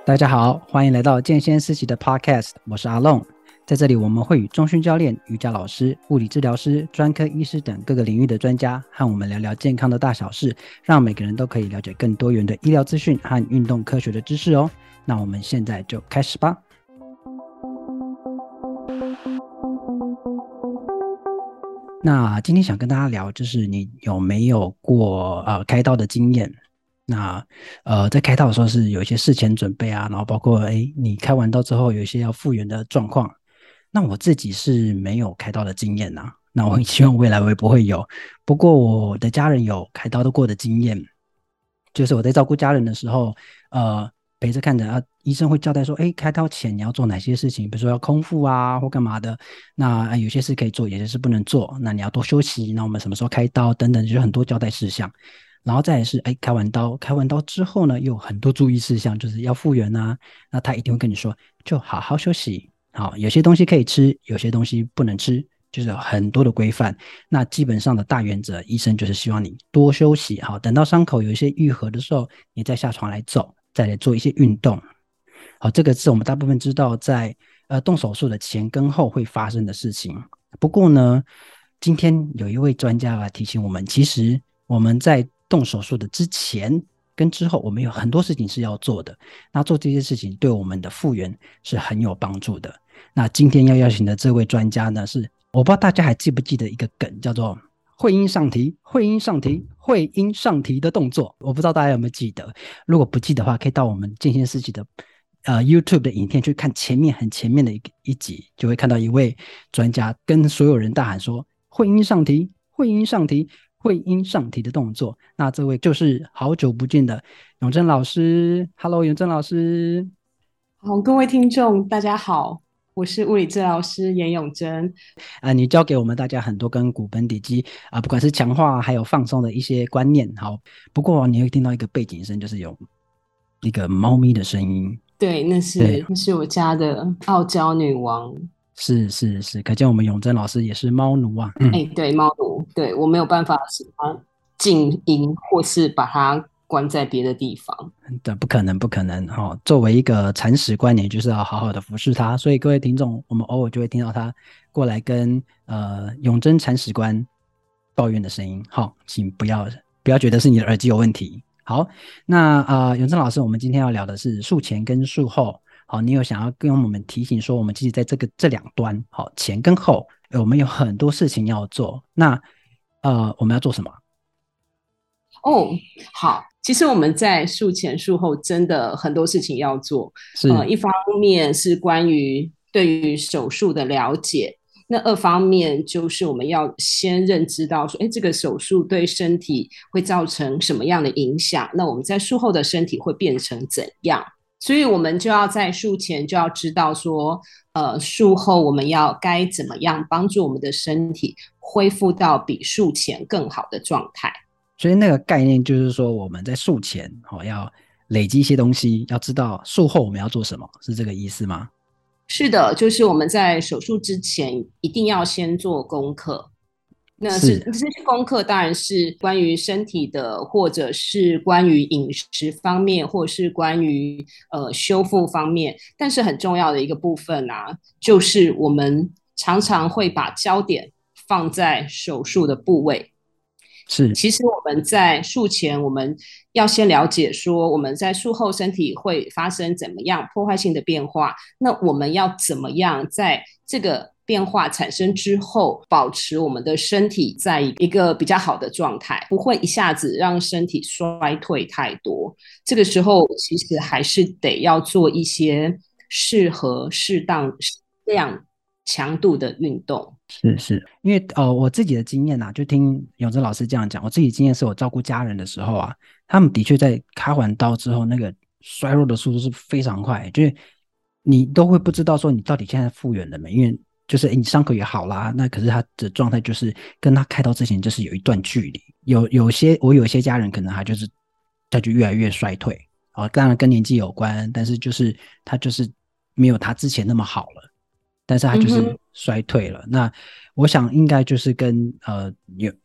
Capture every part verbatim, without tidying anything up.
大家好，欢迎来到健先思齐的 Podcast， 我是阿龙。在这里我们会与重训教练、瑜伽老师、物理治疗师、专科医师等各个领域的专家和我们聊聊健康的大小事，让每个人都可以了解更多元的医疗资讯和运动科学的知识哦。那我们现在就开始吧。那今天想跟大家聊，就是你有没有过呃开刀的经验？那呃，在开刀的时候是有一些事前准备啊，然后包括哎，你开完刀之后有一些要复原的状况。那我自己是没有开刀的经验啊，那我很希望未来我也不会有。不过我的家人有开刀的过的经验，就是我在照顾家人的时候，呃，陪着看着啊，医生会交代说，哎，开刀前你要做哪些事情，比如说要空腹啊或干嘛的。那、呃、有些事可以做，有些事不能做。那你要多休息，那我们什么时候开刀等等，就是很多交代事项。然后再来是，哎，开完刀，开完刀之后呢，又有很多注意事项，就是要复原啊。那他一定会跟你说，就好好休息。好，有些东西可以吃，有些东西不能吃，就是有很多的规范。那基本上的大原则，医生就是希望你多休息。好，等到伤口有一些愈合的时候，你再下床来走，再来做一些运动。好，这个是我们大部分知道在呃动手术的前跟后会发生的事情。不过呢，今天有一位专家来提醒我们，其实我们在动手术的之前跟之后，我们有很多事情是要做的。那做这些事情对我们的复原是很有帮助的。那今天要邀请的这位专家呢，是我不知道大家还记不记得一个梗，叫做会阴上提，会阴上提，会阴上提的动作。我不知道大家有没有记得，如果不记得的话，可以到我们健先思齐的呃 YouTube 的影片去看前面很前面的一一集，就会看到一位专家跟所有人大喊说，会阴上提，会阴上提，会阴上提的动作。那这位就是好久不见的永贞老师。 Hello 永贞老师。 好，各位听众，大家好，我是物理治疗师严永贞。 啊、呃，你教给我们大家很多跟骨盆底肌啊、呃，不管是强化还有放松的一些观念。好，不过你会听到一个背景声，就是有一个猫咪的声音。 对，那对， 是那是我家的傲娇女王。 是是是，可见我们永贞老师也是猫奴啊。嗯， 哎，对，猫奴，对，我没有办法使它静音，或是把它关在别的地方。 对，不可能不可能哈、哦！作为一个铲屎官，你就是要好好的服侍他。所以各位听众，我们偶尔就会听到他过来跟呃永贞铲屎官抱怨的声音。好、哦，请不要不要觉得是你的耳机有问题。好，那啊、呃，永贞老师，我们今天要聊的是术前跟术后。好，你有想要跟我们提醒说，我们其实在这个这两端，好，前跟后，我们有很多事情要做。那呃，我们要做什么？ 哦，好，其实我们在术前术后真的很多事情要做。呃， 是一方面是关于对于手术的了解，那二方面就是我们要先认知到说，哎，这个手术对身体会造成什么样的影响？那我们在术后的身体会变成怎样？所以我们就要在术前就要知道说，呃，术后我们要该怎么样帮助我们的身体恢复到比术前更好的状态。 所以那个概念就是说，我们在术前哦要累积一些东西，要知道术后我们要做什么，是这个意思吗？ 是的，就是我们在手术之前一定要先做功课。那是是这些功课，当然是关于身体的，或者是关于饮食方面，或者是关于呃修复方面。但是很重要的一个部分啊，就是我们常常会把焦点放在手术的部位。 是其实我们在术前，我们要先了解说我们在术后身体会发生怎么样破坏性的变化，那我们要怎么样在这个变化产生之后，保持我们的身体在一个比较好的状态，不会一下子让身体衰退太多。这个时候其实还是得要做一些适合适当量强度的运动。 是是，因为呃我自己的经验啊，就听永贞老师这样讲，我自己经验是我照顾家人的时候啊，他们的确在开完刀之后，那个衰弱的速度是非常快，就是你都会不知道说你到底现在复原了没，因为就是你伤口也好啦，那可是他的状态就是跟他开刀之前就是有一段距离，有有些我有一些家人可能他就是他就越来越衰退啊，当然跟年纪有关，但是就是他就是没有他之前那么好了。但是他就是嗯哼。 衰退了。那我想应该就是跟呃有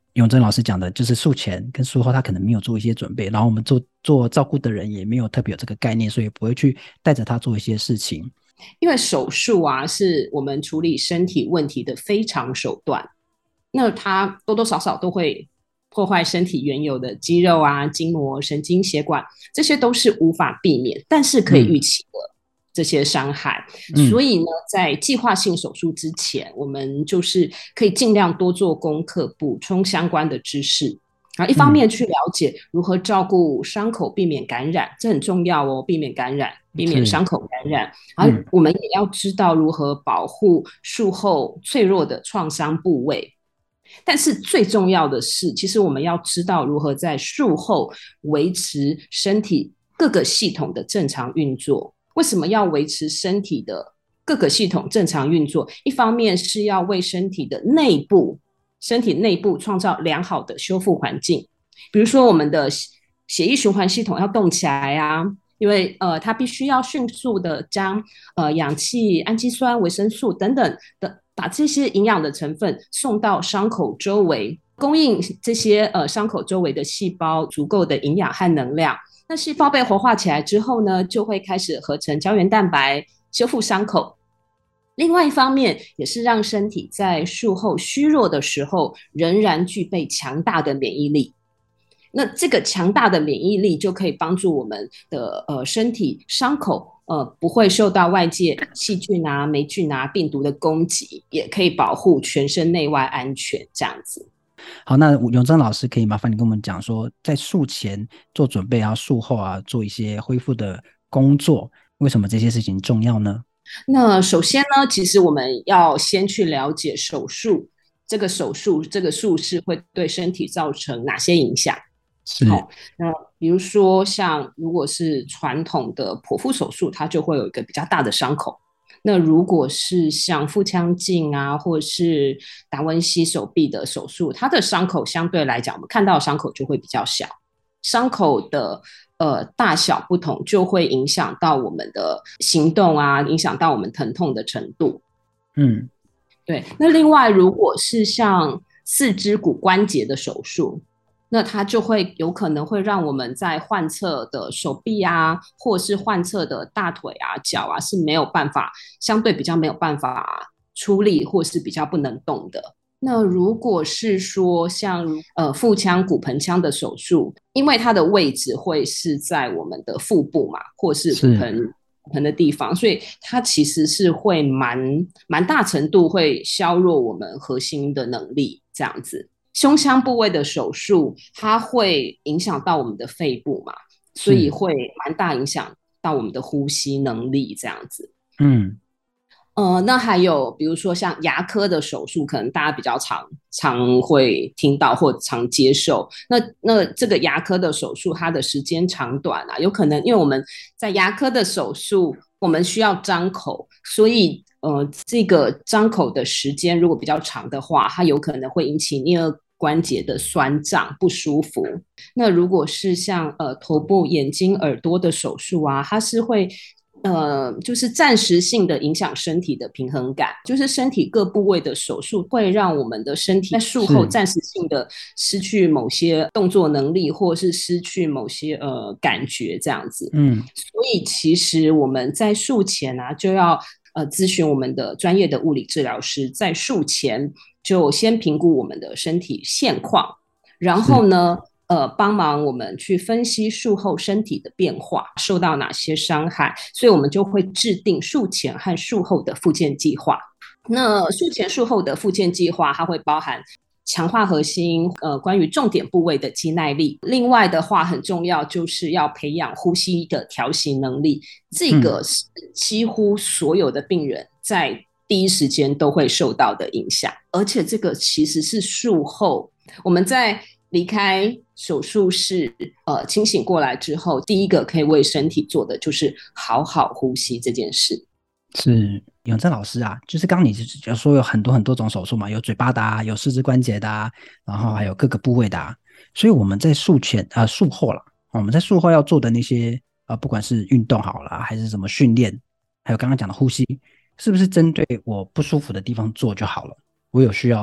永贞老师讲的，就是术前跟术后他可能没有做一些准备，然后我们做做照顾的人也没有特别有这个概念，所以不会去带着他做一些事情。 因为手术啊是我们处理身体问题的非常手段，那它多多少少都会破坏身体原有的肌肉啊、筋膜、神经、血管，这些都是无法避免，但是可以预期的这些伤害。嗯、所以呢，在计划性手术之前，我们就是可以尽量多做功课，补充相关的知识。啊，一方面去了解如何照顾伤口，避免感染，这很重要哦，避免感染，避免伤口感染。而我们也要知道如何保护术后脆弱的创伤部位。但是最重要的是，其实我们要知道如何在术后维持身体各个系统的正常运作。为什么要维持身体的各个系统正常运作？一方面是要为身体的内部身体内部创造良好的修复环境，比如说我们的血液循环系统要动起来啊，因为呃它必须要迅速的将呃氧气、氨基酸、维生素等等的把这些营养的成分送到伤口周围，供应这些呃伤口周围的细胞足够的营养和能量。那细胞被活化起来之后呢，就会开始合成胶原蛋白，修复伤口。另外一方面，也是让身体在术后虚弱的时候，仍然具备强大的免疫力。那这个强大的免疫力就可以帮助我们的呃身体伤口呃不会受到外界细菌啊、霉菌啊、病毒的攻击，也可以保护全身内外安全这样子。 好，那永贞老师可以麻烦你跟我们讲说，在术前做准备啊，术后啊做一些恢复的工作，为什么这些事情重要呢？ 那首先呢，其实我们要先去了解手术，这个手术这个术式会对身体造成哪些影响。 是， 好，那比如说像如果是传统的剖腹手术，它就会有一个比较大的伤口。那如果是像腹腔镜啊，或是达文西手臂的手术，它的伤口相对来讲，我们看到的伤口就会比较小。伤口的呃大小不同，就会影响到我们的行动啊，影响到我们疼痛的程度。 嗯， 对。那另外，如果是像四肢骨关节的手术，那它就会有可能会让我们在患侧的手臂啊，或是患侧的大腿啊、脚啊是没有办法，相对比较没有办法出力，或是比较不能动的。那如果是说像呃腹腔骨盆腔的手术，因为它的位置会是在我们的腹部嘛，或是骨盆骨盆的地方，所以它其实是会蛮蛮大程度会削弱我们核心的能力这样子。胸腔部位的手术，它会影响到我们的肺部嘛，所以会蛮大影响到我们的呼吸能力这样子。 嗯， 呃，那还有比如说像牙科的手术，可能大家比较常常会听到或常接受。那那这个牙科的手术，它的时间长短啊，有可能因为我们在牙科的手术，我们需要张口，所以呃，这个张口的时间如果比较长的话，它有可能会引起颞颌关节的酸胀不舒服。那如果是像呃头部、眼睛、耳朵的手术啊，它是会呃，就是暂时性的影响身体的平衡感，就是身体各部位的手术会让我们的身体在术后暂时性的失去某些动作能力，或是失去某些呃感觉这样子。嗯，所以其实我们在术前啊，就要呃咨询我们的专业的物理治疗师，在术前就先评估我们的身体现况，然后呢，呃，帮忙我们去分析术后身体的变化，受到哪些伤害，所以我们就会制定术前和术后的复健计划。那术前术后的复健计划，它会包含强化核心，呃，关于重点部位的肌耐力。另外的话，很重要就是要培养呼吸的调息能力，这个是几乎所有的病人在第一时间都会受到的影响，而且这个其实是术后我们在离开手术室，呃，清醒过来之后，第一个可以为身体做的就是好好呼吸这件事。 是永贞老师啊，就是刚刚你就说有很多很多种手术嘛，有嘴巴的啊，有四肢关节的啊，然后还有各个部位的啊，所以我们在术前啊、呃、术后啦，我们在术后要做的那些呃，不管是运动好啦，还是什么训练，还有刚刚讲的呼吸，是不是针对我不舒服的地方做就好了？我有需要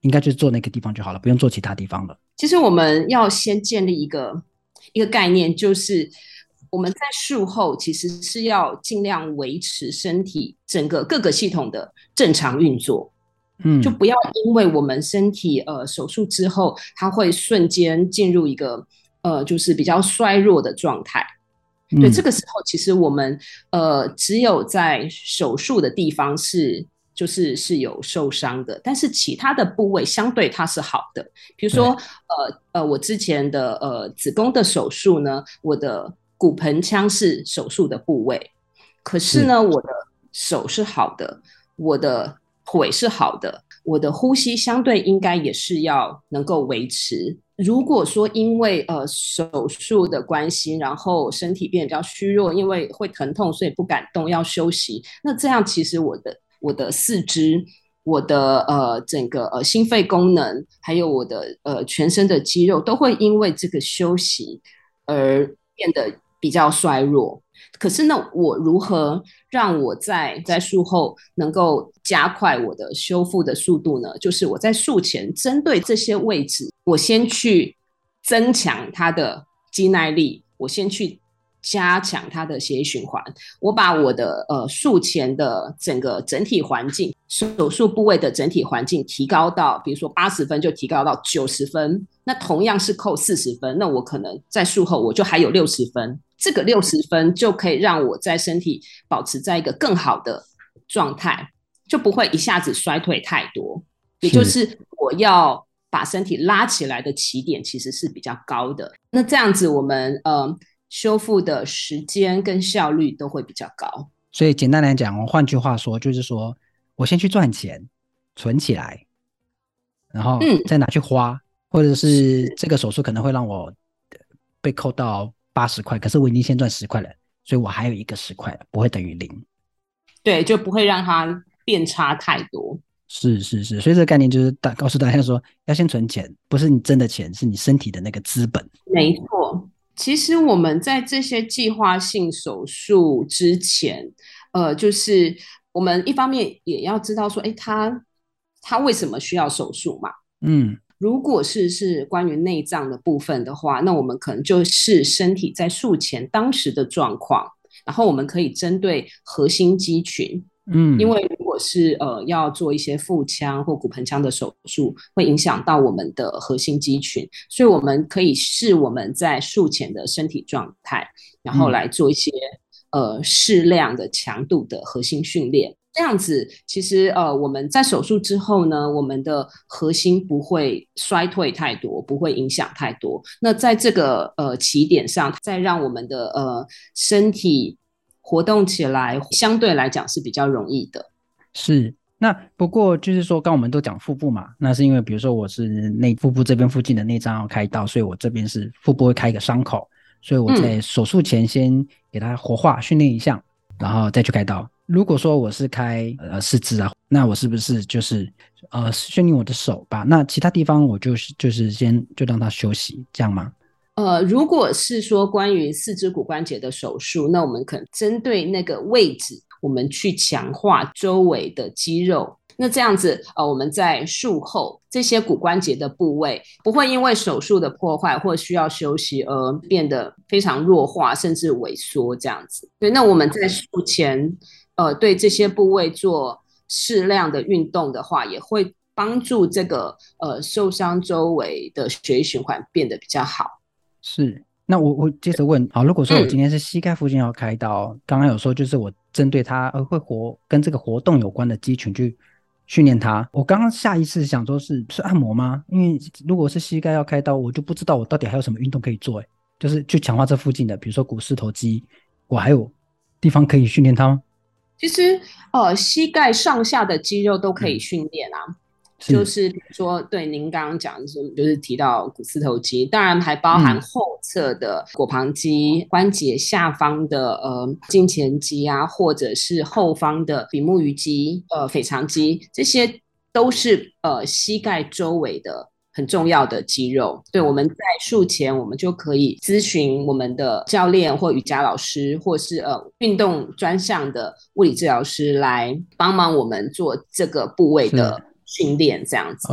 应该就是做那个地方就好了，不用做其他地方了。 其实我们要先建立一个一个概念，就是我们在术后其实是要尽量维持身体整个各个系统的正常运作。嗯，就不要因为我们身体呃手术之后，它会瞬间进入一个呃就是比较衰弱的状态。对，这个时候其实我们呃只有在手术的地方是就是是有受伤的，但是其他的部位相对它是好的。比如说呃呃我之前的呃子宫的手术呢，我的骨盆腔是手术的部位，可是呢我的手是好的，我的腿是好的，我的呼吸相对应该也是要能够维持。如果说因为呃手术的关系，然后身体变得比较虚弱，因为会疼痛，所以不敢动，要休息，那这样其实我的我的四肢、我的呃整个呃心肺功能，还有我的呃全身的肌肉，都会因为这个休息而变得比较衰弱。可是呢，我如何让我在在术后能够加快我的修复的速度呢？就是我在术前针对这些位置，我先去增强它的肌耐力，我先去加强它的血液循环，我把我的呃术前的整个整体环境，手术部位的整体环境提高到，比如说八十分就提高到九十分，那同样是扣四十分，那我可能在术后我就还有六十分。这个六十分就可以让我在身体保持在一个更好的状态，就不会一下子衰退太多。也就是我要把身体拉起来的起点其实是比较高的。那这样子我们呃修复的时间跟效率都会比较高。 所以简单来讲，换句话说就是说，我先去赚钱，存起来，然后再拿去花，嗯、或者是这个手术可能会让我被扣到八十块，可是我已经先赚十块了，所以我还有一个十块了，不会等于零。 对，就不会让它变差太多。 是是是，所以这个概念就是大告诉大家说，要先存钱，不是你真的钱，是你身体的那个资本。 没错，其实我们在这些计划性手术之前，呃，就是我们一方面也要知道说，哎，他他为什么需要手术嘛？嗯。如果是是关于内脏的部分的话，那我们可能就是身体在术前当时的状况，然后我们可以针对核心肌群，嗯，因为如果是呃要做一些腹腔或骨盆腔的手术，会影响到我们的核心肌群，所以我们可以视我们在术前的身体状态，然后来做一些、嗯、呃适量的强度的核心训练。这样子，其实呃，我们在手术之后呢，我们的核心不会衰退太多，不会影响太多。那在这个呃起点上，再让我们的呃身体活动起来，相对来讲是比较容易的。 是，那不过就是说，刚我们都讲腹部嘛，那是因为比如说我是内腹部这边附近的内脏要开刀，所以我这边是腹部会开一个伤口，所以我在手术前先给它活化训练一下，然后再去开刀。如果说我是开呃四肢啊，那我是不是就是呃训练我的手吧？那其他地方我就是就是先就让它休息，这样吗？ 呃，如果是说关于四肢骨关节的手术，那我们可能针对那个位置，我们去强化周围的肌肉。那这样子，呃，我们在术后这些骨关节的部位不会因为手术的破坏或需要休息而变得非常弱化，甚至萎缩这样子。对，那我们在术前。呃，对这些部位做适量的运动的话，也会帮助这个呃受伤周围的血液循环变得比较好。 是，那我我接着问，好，如果说我今天是膝盖附近要开刀，嗯、刚刚有说就是我针对它呃会活跟这个活动有关的肌群去训练它，我刚刚下意识想说是是按摩吗？因为如果是膝盖要开刀，我就不知道我到底还有什么运动可以做，就是去强化这附近的，比如说股四头肌，我还有地方可以训练它吗？ 其实，呃，膝盖上下的肌肉都可以训练啊。嗯、是就是比如说，对您刚刚讲的是，就是提到股四头肌，当然还包含后侧的腘旁肌、嗯、关节下方的呃胫前肌啊，或者是后方的比目鱼肌、呃腓肠肌，这些都是呃膝盖周围的。很重要的肌肉，对，我们在术前我们就可以咨询我们的教练或瑜伽老师，或是呃运动专项的物理治疗师来帮忙我们做这个部位的训练，这样子。 OK，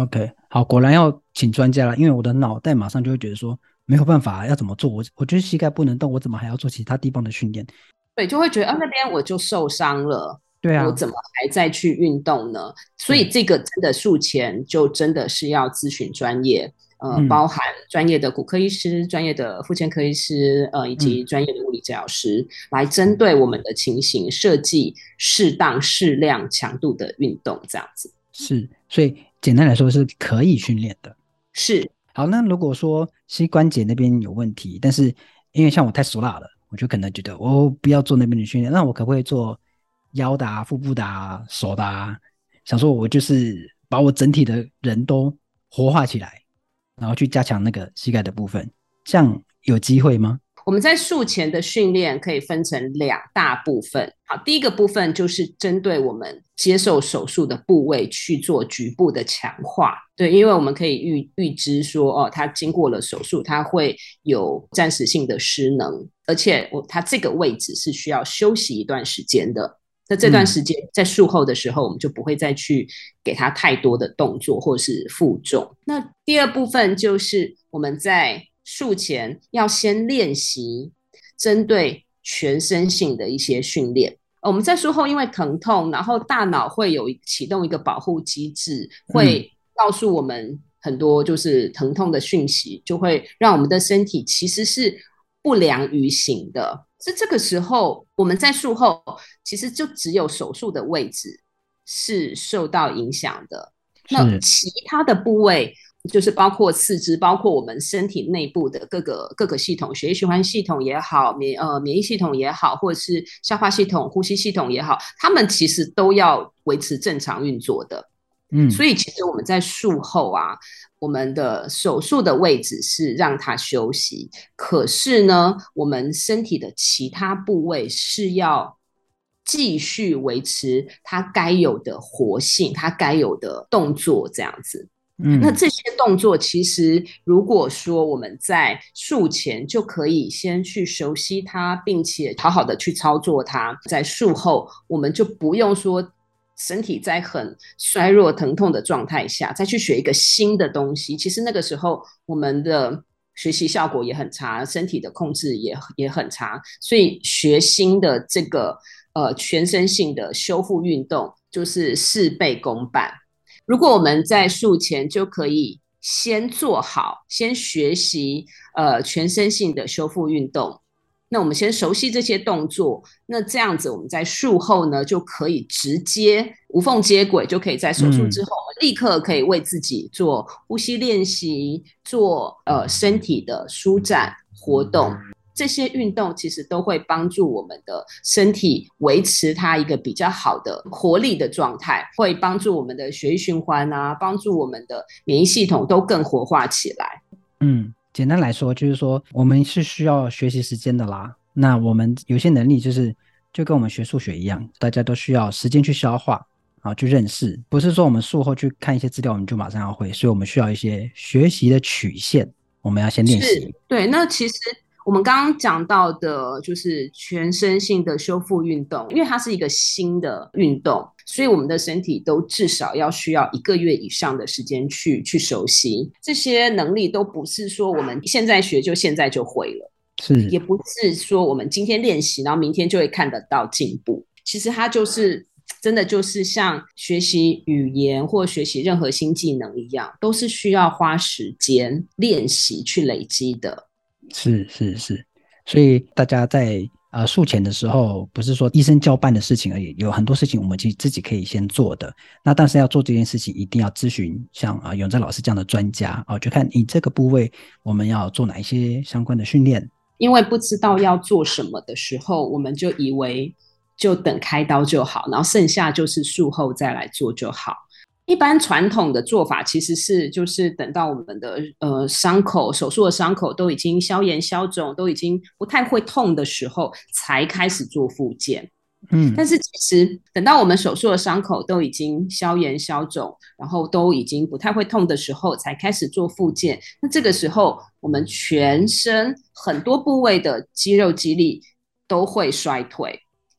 好，果然要请专家了，因为我的脑袋马上就会觉得说没有办法，要怎么做？我我觉得膝盖不能动，我怎么还要做其他地方的训练？ 对，就会觉得啊那边我就受伤了， 对啊， 我怎么还再去运动呢？所以对， 这个真的术前就真的是要咨询专业，呃， 嗯包含专业的骨科医师、专业的复健科医师，呃，以嗯， 及专业的物理治疗师，来针对我们的情形设计适当、适量强度的运动，这样子是，所以简单来说是可以训练的。 是。 好，那如果说膝关节那边有问题，但是因为像我太俗辣了，我就可能觉得我不要做那边的训练，那我可不可以做腰的啊、腹部的啊、手的啊？想说我就是把我整体的人都活化起来，然后去加强那个膝盖的部分，这样有机会吗？ 我们在术前的训练可以分成两大部分。好，第一个部分就是针对我们接受手术的部位去做局部的强化。对，因为我们可以预预知说，哦，他经过了手术，他会有暂时性的失能，而且我他这个位置是需要休息一段时间的。那这段嗯时间在术后的时候，我们就不会再去给他太多的动作或是负重。那第二部分就是我们在术前要先练习针对全身性的一些训练。我们在术后因为疼痛，然后大脑会有启动一个保护机制， 嗯会告诉我们很多就是疼痛的讯息，就会让我们的身体其实是不良于行的。是这个时候，我们在术后其实就只有手术的位置是受到影响的，那是， 其他的部位就是包括四肢，包括我们身体内部的各个各个系统，血液循环系统也好，免呃免疫系统也好，或者是消化系统、呼吸系统也好，他们其实都要维持正常运作的。所嗯以其实我们在术后啊，我们的手术的位置是让他休息，可是呢，我们身体的其他部位是要继续维持它该有的活性，它该有的动作这样子。那嗯这些动作其实，如果说我们在术前就可以先去熟悉它，并且好好的去操作它，在术后我们就不用说身体在很衰弱、疼痛的状态下再去学一个新的东西。其实那个时候我们的学习效果也很差，身体的控制也也很差，所以学新的这个呃全身性的修复运动就是事倍功半。如果我们在术前就可以先做好，先学习呃全身性的修复运动，那我们先熟悉这些动作，那这样子我们在术后呢就可以直接无缝接轨，就可以在手术之嗯。 后，我们立刻可以为自己做呼吸练习，做呃身体的舒展活动。这些运动其实都会帮助我们的身体维持它一个比较好的活力的状态，会帮助我们的血液循环啊，帮助我们的免疫系统都更活化起来。 嗯，简单来说就是说，我们是需要学习时间的啦。那我们有些能力就是就跟我们学数学一样，大家都需要时间去消化啊，去认识。不是说我们术后去看一些资料，我们就马上要会，所以我们需要一些学习的曲线，我们要先练习。 是，对。那其实我们刚刚讲到的，就是全身性的修复运动，因为它是一个新的运动，所以我们的身体都至少要需要一个月以上的时间去去熟悉。这些能力都不是说我们现在学就现在就会了， 是， 也不是说我们今天练习，然后明天就会看得到进步。其实它就是真的就是像学习语言或学习任何新技能一样，都是需要花时间练习去累积的。 是是是，所以大家在呃术前的时候，不是说医生交办的事情而已，有很多事情我们其实自己可以先做的。那但是要做这件事情，一定要咨询像啊、呃、永正老师这样的专家啊、呃，就看你这个部位我们要做哪一些相关的训练。 因为不知道要做什么的时候，我们就以为就等开刀就好，然后剩下就是术后再来做就好。一般传统的做法其实是，就是等到我们的呃伤口手术的伤口都已经消炎消肿，都已经不太会痛的时候，才开始做复健。 嗯但是其实等到我们手术的伤口都已经消炎消肿，然后都已经不太会痛的时候，才开始做复健。那这个时候，我们全身很多部位的肌肉肌力都会衰退。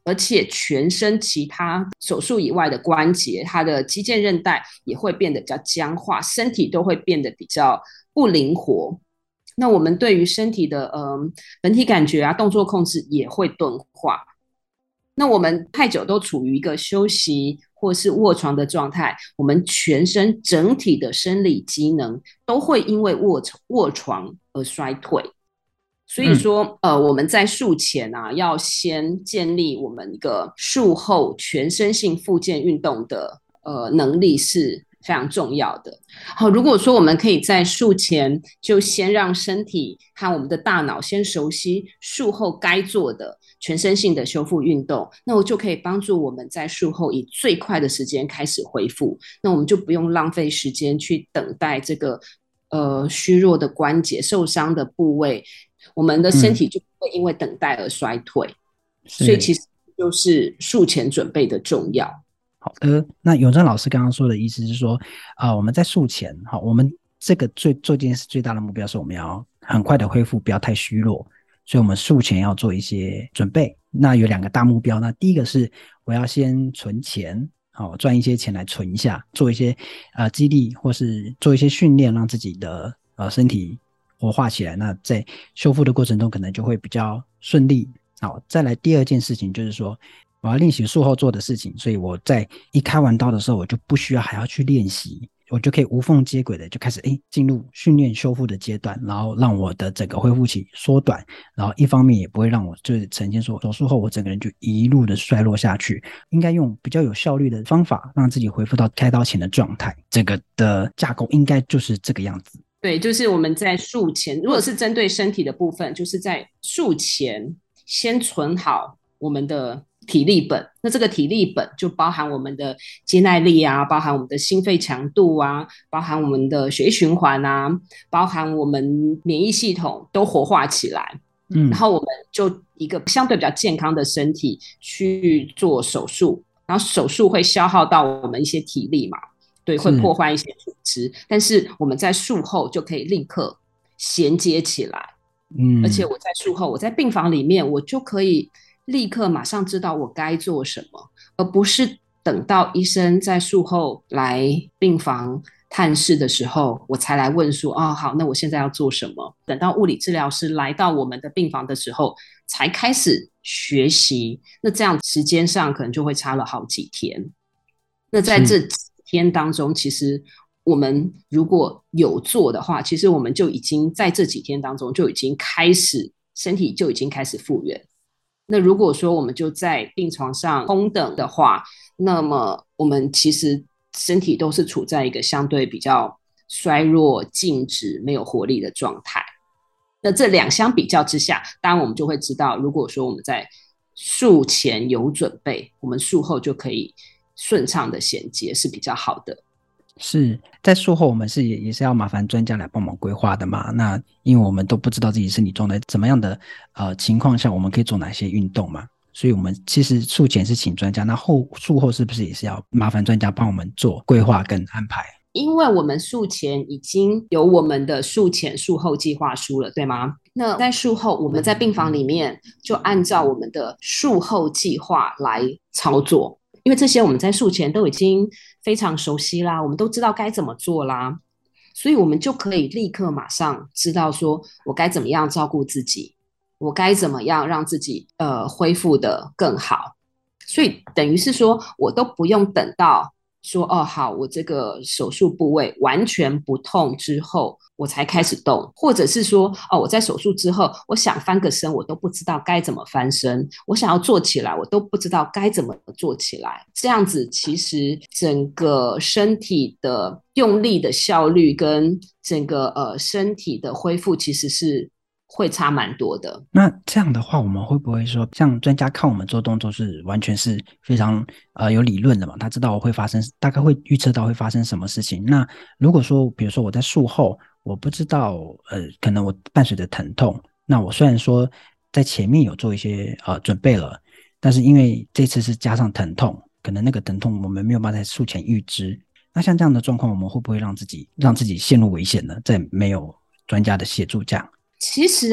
而且全身其他手术以外的关节，它的肌腱韧带也会变得比较僵化，身体都会变得比较不灵活。那我们对于身体的呃本体感觉啊、动作控制也会钝化。那我们太久都处于一个休息或是卧床的状态，我们全身整体的生理机能都会因为卧卧床而衰退。所以说，呃，我们在术前啊，要先建立我们一个术后全身性复健运动的呃能力是非常重要的。好，如果说我们可以在术前就先让身体和我们的大脑先熟悉术后该做的全身性的修复运动，那我就可以帮助我们在术后以最快的时间开始恢复。那我们就不用浪费时间去等待这个呃虚弱的关节、受伤的部位。我们的身体就不会因为等待而衰退，嗯、所以其实就是术前准备的重要。 好的，那永正老师刚刚说的意思是说，啊、呃，我们在术前，好，我们这个最做这件事最大的目标是我们要很快的恢复，不要太虚弱，所以我们术前要做一些准备。那有两个大目标，那第一个是我要先存钱，好，赚一些钱来存一下，做一些呃激励或是做一些训练，让自己的呃身体活化起来，那在修复的过程中可能就会比较顺利。好，再来第二件事情就是说，我要练习术后做的事情，所以我在一开完刀的时候，我就不需要还要去练习，我就可以无缝接轨的就开始诶进入训练修复的阶段，然后让我的整个恢复期缩短，然后一方面也不会让我就是呈现说手术后我整个人就一路的衰落下去，应该用比较有效率的方法让自己恢复到开刀前的状态，这个的架构应该就是这个样子。 对，就是我们在术前，如果是针对身体的部分，就是在术前先存好我们的体力本。那这个体力本就包含我们的肌耐力啊，包含我们的心肺强度啊，包含我们的血液循环啊，包含我们免疫系统都活化起来。嗯，然后我们就一个相对比较健康的身体去做手术，然后手术会消耗到我们一些体力嘛。对，会破坏一些组织，但是我们在术后就可以立刻衔接起来。嗯，而且我在术后，我在病房里面，我就可以立刻马上知道我该做什么，而不是等到医生在术后来病房探视的时候，我才来问说，哦，好，那我现在要做什么？等到物理治疗师来到我们的病房的时候，才开始学习。那这样时间上可能就会差了好几天。那在这天当中，其实我们如果有做的话，其实我们就已经在这几天当中就已经开始身体就已经开始复原。那如果说我们就在病床上空等的话，那么我们其实身体都是处在一个相对比较衰弱、静止、没有活力的状态。那这两相比较之下，当然我们就会知道，如果说我们在术前有准备，我们术后就可以顺畅的衔接是比较好的。 是在术后我们是 也, 也是要麻烦专家来帮忙规划的嘛，那因为我们都不知道自己身体状态怎么样的呃情况下我们可以做哪些运动嘛，所以我们其实术前是请专家，那后术后是不是也是要麻烦专家帮我们做规划跟安排？ 因为我们术前已经有我们的术前术后计划书了，对吗？那在术后我们在病房里面就按照我们的术后计划来操作，因为这些我们在术前都已经非常熟悉啦，我们都知道该怎么做啦，所以我们就可以立刻马上知道说我该怎么样照顾自己，我该怎么样让自己呃恢复得更好。所以等于是说我都不用等到说哦好，我这个手术部位完全不痛之后我才开始动，或者是说哦我在手术之后我想翻个身我都不知道该怎么翻身，我想要坐起来我都不知道该怎么做起来，这样子其实整个身体的用力的效率跟整个呃身体的恢复其实是会差蛮多的。 那这样的话我们会不会说像专家看我们做动作是完全是非常呃有理论的嘛，他知道会发生大概会预测到会发生什么事情，那如果说比如说我在术后我不知道呃可能我伴随着疼痛，那我虽然说在前面有做一些呃准备了，但是因为这次是加上疼痛，可能那个疼痛我们没有办法在术前预知，那像这样的状况我们会不会让自己让自己陷入危险呢，在没有专家的协助这样？ 其实啊，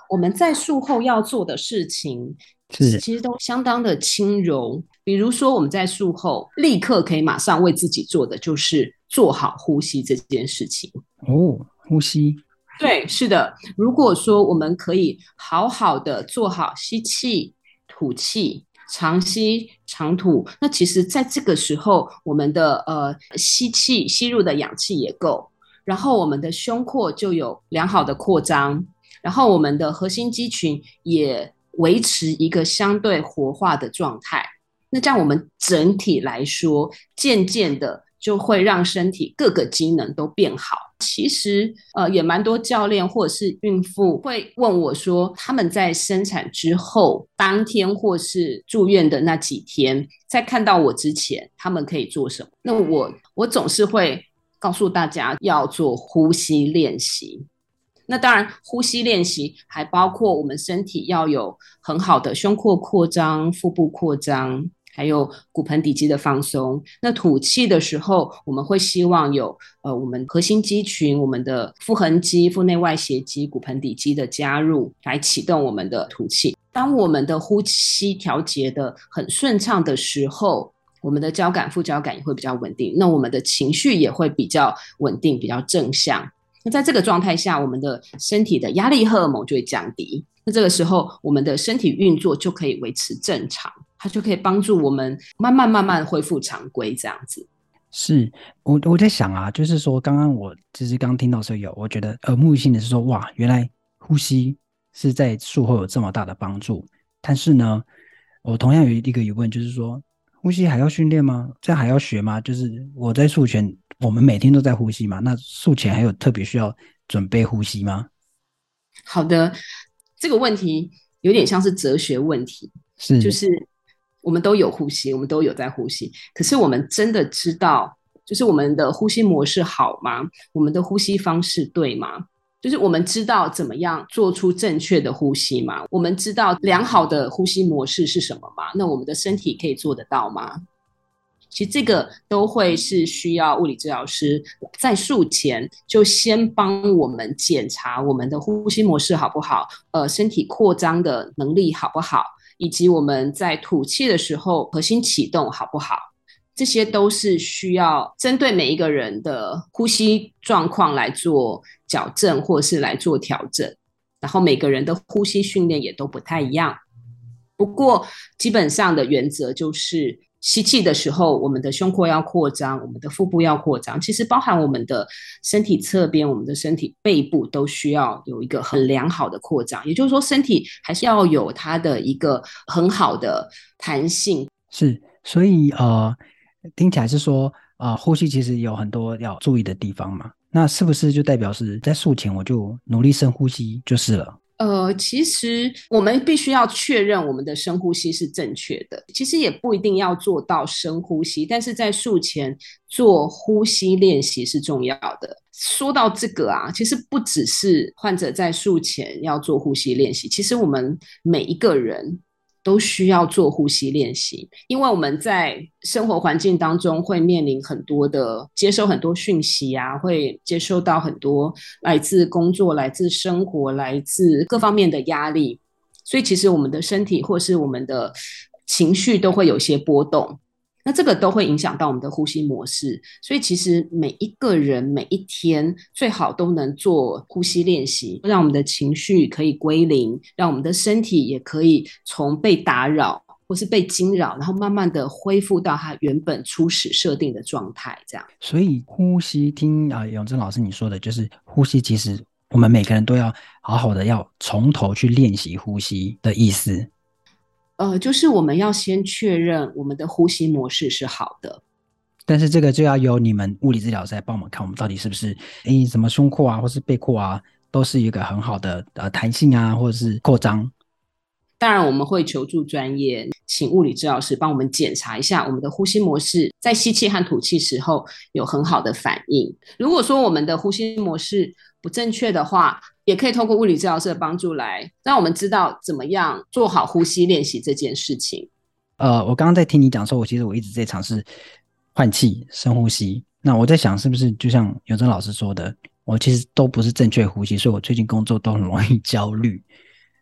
我们在术后要做的事情， 是其实都相当的轻柔。比如说，我们在术后立刻可以马上为自己做的，就是做好呼吸这件事情。 哦，呼吸， 对，是的。如果说我们可以好好的做好吸气、吐气，长吸长吐，那其实在这个时候，我们的呃吸气吸入的氧气也够，然后我们的胸廓就有良好的扩张，然后我们的核心肌群也维持一个相对活化的状态。那这样我们整体来说，渐渐的就会让身体各个机能都变好。其实，呃，也蛮多教练或者是孕妇会问我说，他们在生产之后当天或是住院的那几天，在看到我之前，他们可以做什么？那我我总是会告诉大家要做呼吸练习。那当然，呼吸练习还包括我们身体要有很好的胸廓扩张、腹部扩张，还有骨盆底肌的放松。那吐气的时候，我们会希望有呃我们核心肌群、我们的腹横肌、腹内外斜肌、骨盆底肌的加入，来启动我们的吐气。当我们的呼吸调节的很顺畅的时候，我们的交感、副交感也会比较稳定，那我们的情绪也会比较稳定、比较正向。那在这个状态下，我们的身体的压力荷尔蒙就会降低，那这个时候我们的身体运作就可以维持正常，它就可以帮助我们慢慢慢慢恢复常规这样子。 是我我在想啊，就是说刚刚我就是刚听到的时候有，我觉得耳目一新的是说，哇，原来呼吸是在术后有这么大的帮助。但是呢，我同样有一个疑问，就是说呼吸还要训练吗？这样还要学吗？就是我在术前，我们每天都在呼吸嘛，那术前还有特别需要准备呼吸吗？ 好的，这个问题有点像是哲学问题，就是， 是我们都有呼吸，我们都有在呼吸，可是我们真的知道，就是我们的呼吸模式好吗？我们的呼吸方式对吗？就是我们知道怎么样做出正确的呼吸吗？我们知道良好的呼吸模式是什么吗？那我们的身体可以做得到吗？其实这个都会是需要物理治疗师在术前就先帮我们检查我们的呼吸模式好不好，呃，身体扩张的能力好不好，以及我们在吐气的时候核心启动好不好。这些都是需要针对每一个人的呼吸状况来做矫正或是来做调整，然后每个人的呼吸训练也都不太一样。不过基本上的原则就是吸气的时候，我们的胸廓要扩张，我们的腹部要扩张，其实包含我们的身体侧边、我们的身体背部都需要有一个很良好的扩张，也就是说身体还是要有它的一个很好的弹性。 是，所以呃，听起来是说，呃，呼吸其实有很多要注意的地方嘛。那是不是就代表是在术前我就努力深呼吸就是了？ 呃，其实我们必须要确认我们的深呼吸是正确的。其实也不一定要做到深呼吸，但是在术前做呼吸练习是重要的。说到这个啊，其实不只是患者在术前要做呼吸练习，其实我们每一个人都需要做呼吸练习，因为我们在生活环境当中会面临很多的接收很多讯息啊，会接收到很多来自工作、来自生活、来自各方面的压力，所以其实我们的身体或是我们的情绪都会有些波动。那这个都会影响到我们的呼吸模式，所以其实每一个人每一天最好都能做呼吸练习，让我们的情绪可以归零，让我们的身体也可以从被打扰或是被惊扰，然后慢慢的恢复到它原本初始设定的状态。这样， 所以呼吸，听啊、呃永贞老师你说的，就是呼吸，其实我们每个人都要好好的要从头去练习呼吸的意思。 呃，就是我们要先确认我们的呼吸模式是好的。 但是这个就要由你们物理治疗师来帮我们看，我们到底是不是诶什么胸廓啊，或是背廓啊，都是一个很好的呃弹性啊，或者是扩张。 当然，我们会求助专业，请物理治疗师帮我们检查一下我们的呼吸模式，在吸气和吐气时候有很好的反应。如果说我们的呼吸模式不正确的话，也可以透过物理治疗师的帮助来让我们知道怎么样做好呼吸练习这件事情。 呃，我刚刚在听你讲的时候，我其实我一直在尝试换气、深呼吸。那我在想，是不是就像永贞老师说的，我其实都不是正确呼吸，所以我最近工作都很容易焦虑。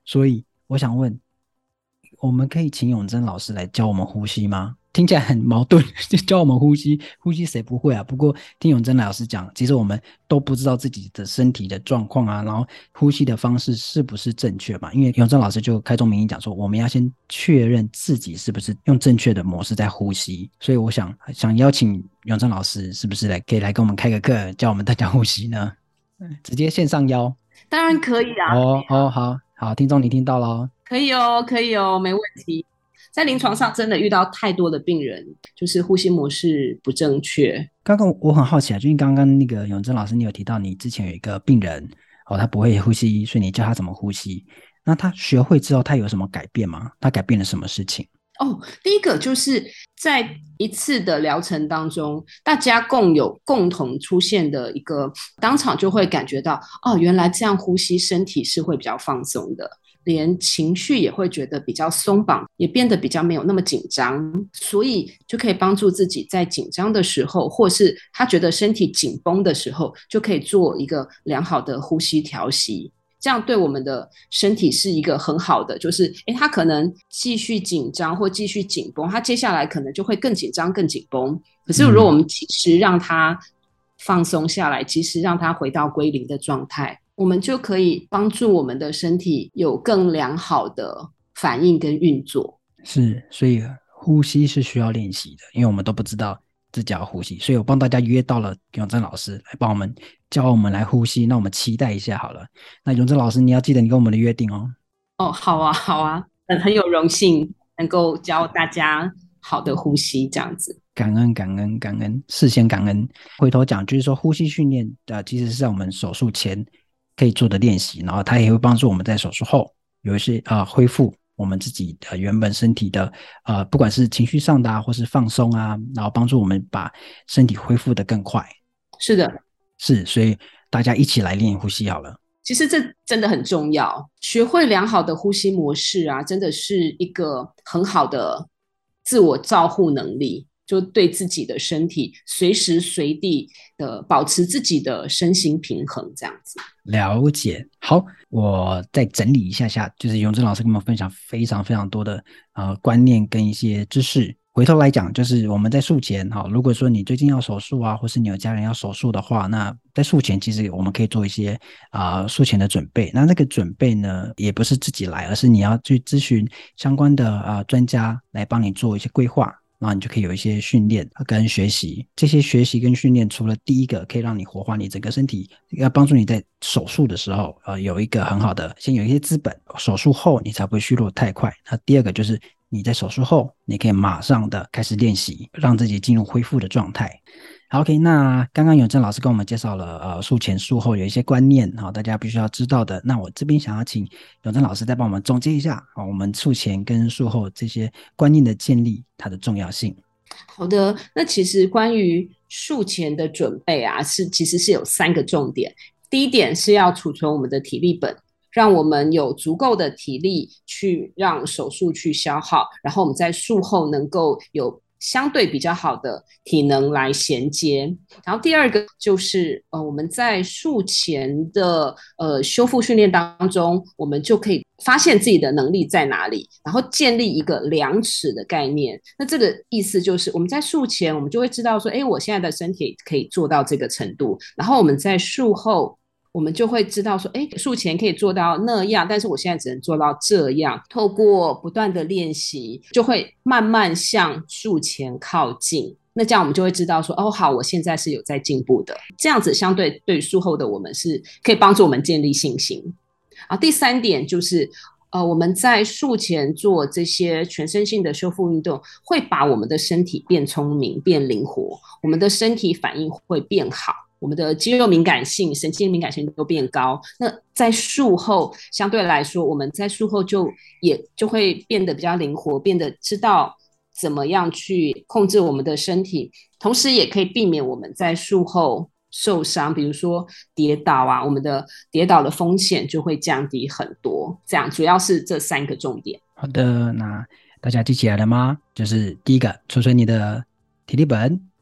所以我想问，我们可以请永贞老师来教我们呼吸吗？听起来很矛盾，就教我们呼吸，呼吸谁不会啊？不过听永贞老师讲，其实我们都不知道自己的身体的状况啊，然后呼吸的方式是不是正确嘛？因为永贞老师就开宗明义讲说，我们要先确认自己是不是用正确的模式在呼吸。所以我想想邀请永贞老师，是不是来可以来跟我们开个课，教我们大家呼吸呢？直接线上邀。 当然可以啊， 哦哦，好好，听众你听到了哦。 可以哦，可以哦，没问题。在临床上真的遇到太多的病人，就是呼吸模式不正确。 刚刚我很好奇啊，就因为刚刚那个永贞老师，你有提到你之前有一个病人哦，他不会呼吸，所以你教他怎么呼吸。那他学会之后，他有什么改变吗？他改变了什么事情？ 哦，第一个就是在一次的疗程当中，大家共有共同出现的一个，当场就会感觉到，哦，原来这样呼吸，身体是会比较放松的。连情绪也会觉得比较松绑，也变得比较没有那么紧张，所以就可以帮助自己在紧张的时候，或是他觉得身体紧绷的时候，就可以做一个良好的呼吸调息。这样对我们的身体是一个很好的，就是诶，他可能继续紧张或继续紧绷，他接下来可能就会更紧张、更紧绷。可是如果我们及时让他放松下来，及时让他回到归零的状态，我们就可以帮助我们的身体有更良好的反应跟运作。 是，所以呼吸是需要练习的，因为我们都不知道自己要呼吸，所以我帮大家约到了永贞老师来帮我们教我们来呼吸。那我们期待一下好了。那永贞老师，你要记得你跟我们的约定哦。 哦，好啊，好啊，很很有荣幸能够教大家好的呼吸，这样子。 感恩感恩感恩，事先感恩。回头讲就是说，呼吸训练呃，其实是在我们手术前可以做的练习，然后它也会帮助我们在手术后有一些啊、呃、恢复我们自己的原本身体的呃，不管是情绪上的啊，或是放松啊，然后帮助我们把身体恢复得更快。 是的， 是，所以大家一起来练呼吸好了。 其实这真的很重要，学会良好的呼吸模式啊，真的是一个很好的自我照护能力，就对自己的身体随时随地的保持自己的身心平衡，这样子。 了解，好，我再整理一下下，就是永贞老师跟我们分享非常非常多的呃观念跟一些知识。回头来讲，就是我们在术前哈，如果说你最近要手术啊，或是你有家人要手术的话，那在术前其实我们可以做一些啊、呃、术前的准备。那那个准备呢，也不是自己来，而是你要去咨询相关的啊、呃、专家来帮你做一些规划。然后你就可以有一些训练跟学习，这些学习跟训练，除了第一个可以让你活化你整个身体，要帮助你在手术的时候，呃，有一个很好的，先有一些资本，手术后你才不会虚弱太快。那第二个就是你在手术后，你可以马上的开始练习，让自己进入恢复的状态。好 ，OK，那刚刚永贞老师跟我们介绍了呃术前术后有一些观念，好、哦，大家必须要知道的。那我这边想要请永贞老师再帮我们总结一下，好、哦，我们术前跟术后这些观念的建立，它的重要性。 好的，那其实关于术前的准备啊，是其实是有三个重点。第一点是要储存我们的体力本，让我们有足够的体力去让手术去消耗，然后我们在术后能够有相对比较好的体能来衔接。然后第二个就是呃我们在术前的呃修复训练当中，我们就可以发现自己的能力在哪里，然后建立一个量尺的概念。那这个意思就是我们在术前我们就会知道说，哎，我现在的身体可以做到这个程度，然后我们在术后我们就会知道说，哎，术前可以做到那样，但是我现在只能做到这样。透过不断的练习，就会慢慢向术前靠近。那这样我们就会知道说，哦，好，我现在是有在进步的。这样子相对对术后的我们是可以帮助我们建立信心。啊，第三点就是，呃，我们在术前做这些全身性的修复运动，会把我们的身体变聪明、变灵活，我们的身体反应会变好。我们的肌肉敏感性、神经敏感性都变高。那在术后，相对来说，我们在术后就也就会变得比较灵活，变得知道怎么样去控制我们的身体，同时也可以避免我们在术后受伤，比如说跌倒啊，我们的跌倒的风险就会降低很多。这样主要是这三个重点。 好的，那大家记起来了吗？就是第一个，储存你的体力本。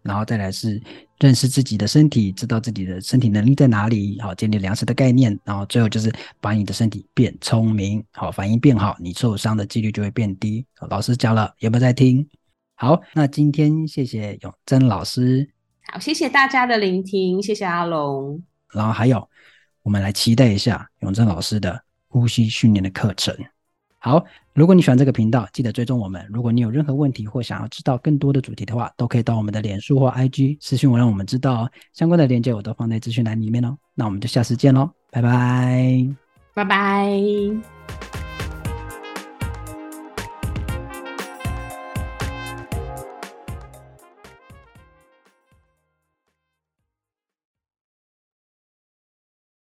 然后再来是认识自己的身体，知道自己的身体能力在哪里，好，建立粮食的概念，然后最后就是把你的身体变聪明，好，反应变好，你受伤的几率就会变低。好，老师讲了，有没有在听？好，那今天谢谢永贞老师， 好，谢谢大家的聆听，谢谢阿龙。 然后还有我们来期待一下永贞老师的呼吸训练的课程。好，如果你喜欢这个频道，记得追踪我们。如果你有任何问题或想要知道更多的主题的话，都可以到我们的脸书或 I G 私讯我，让我们知道哦。相关的链接我都放在资讯栏里面哦。那我们就下次见喽，拜拜。 拜拜。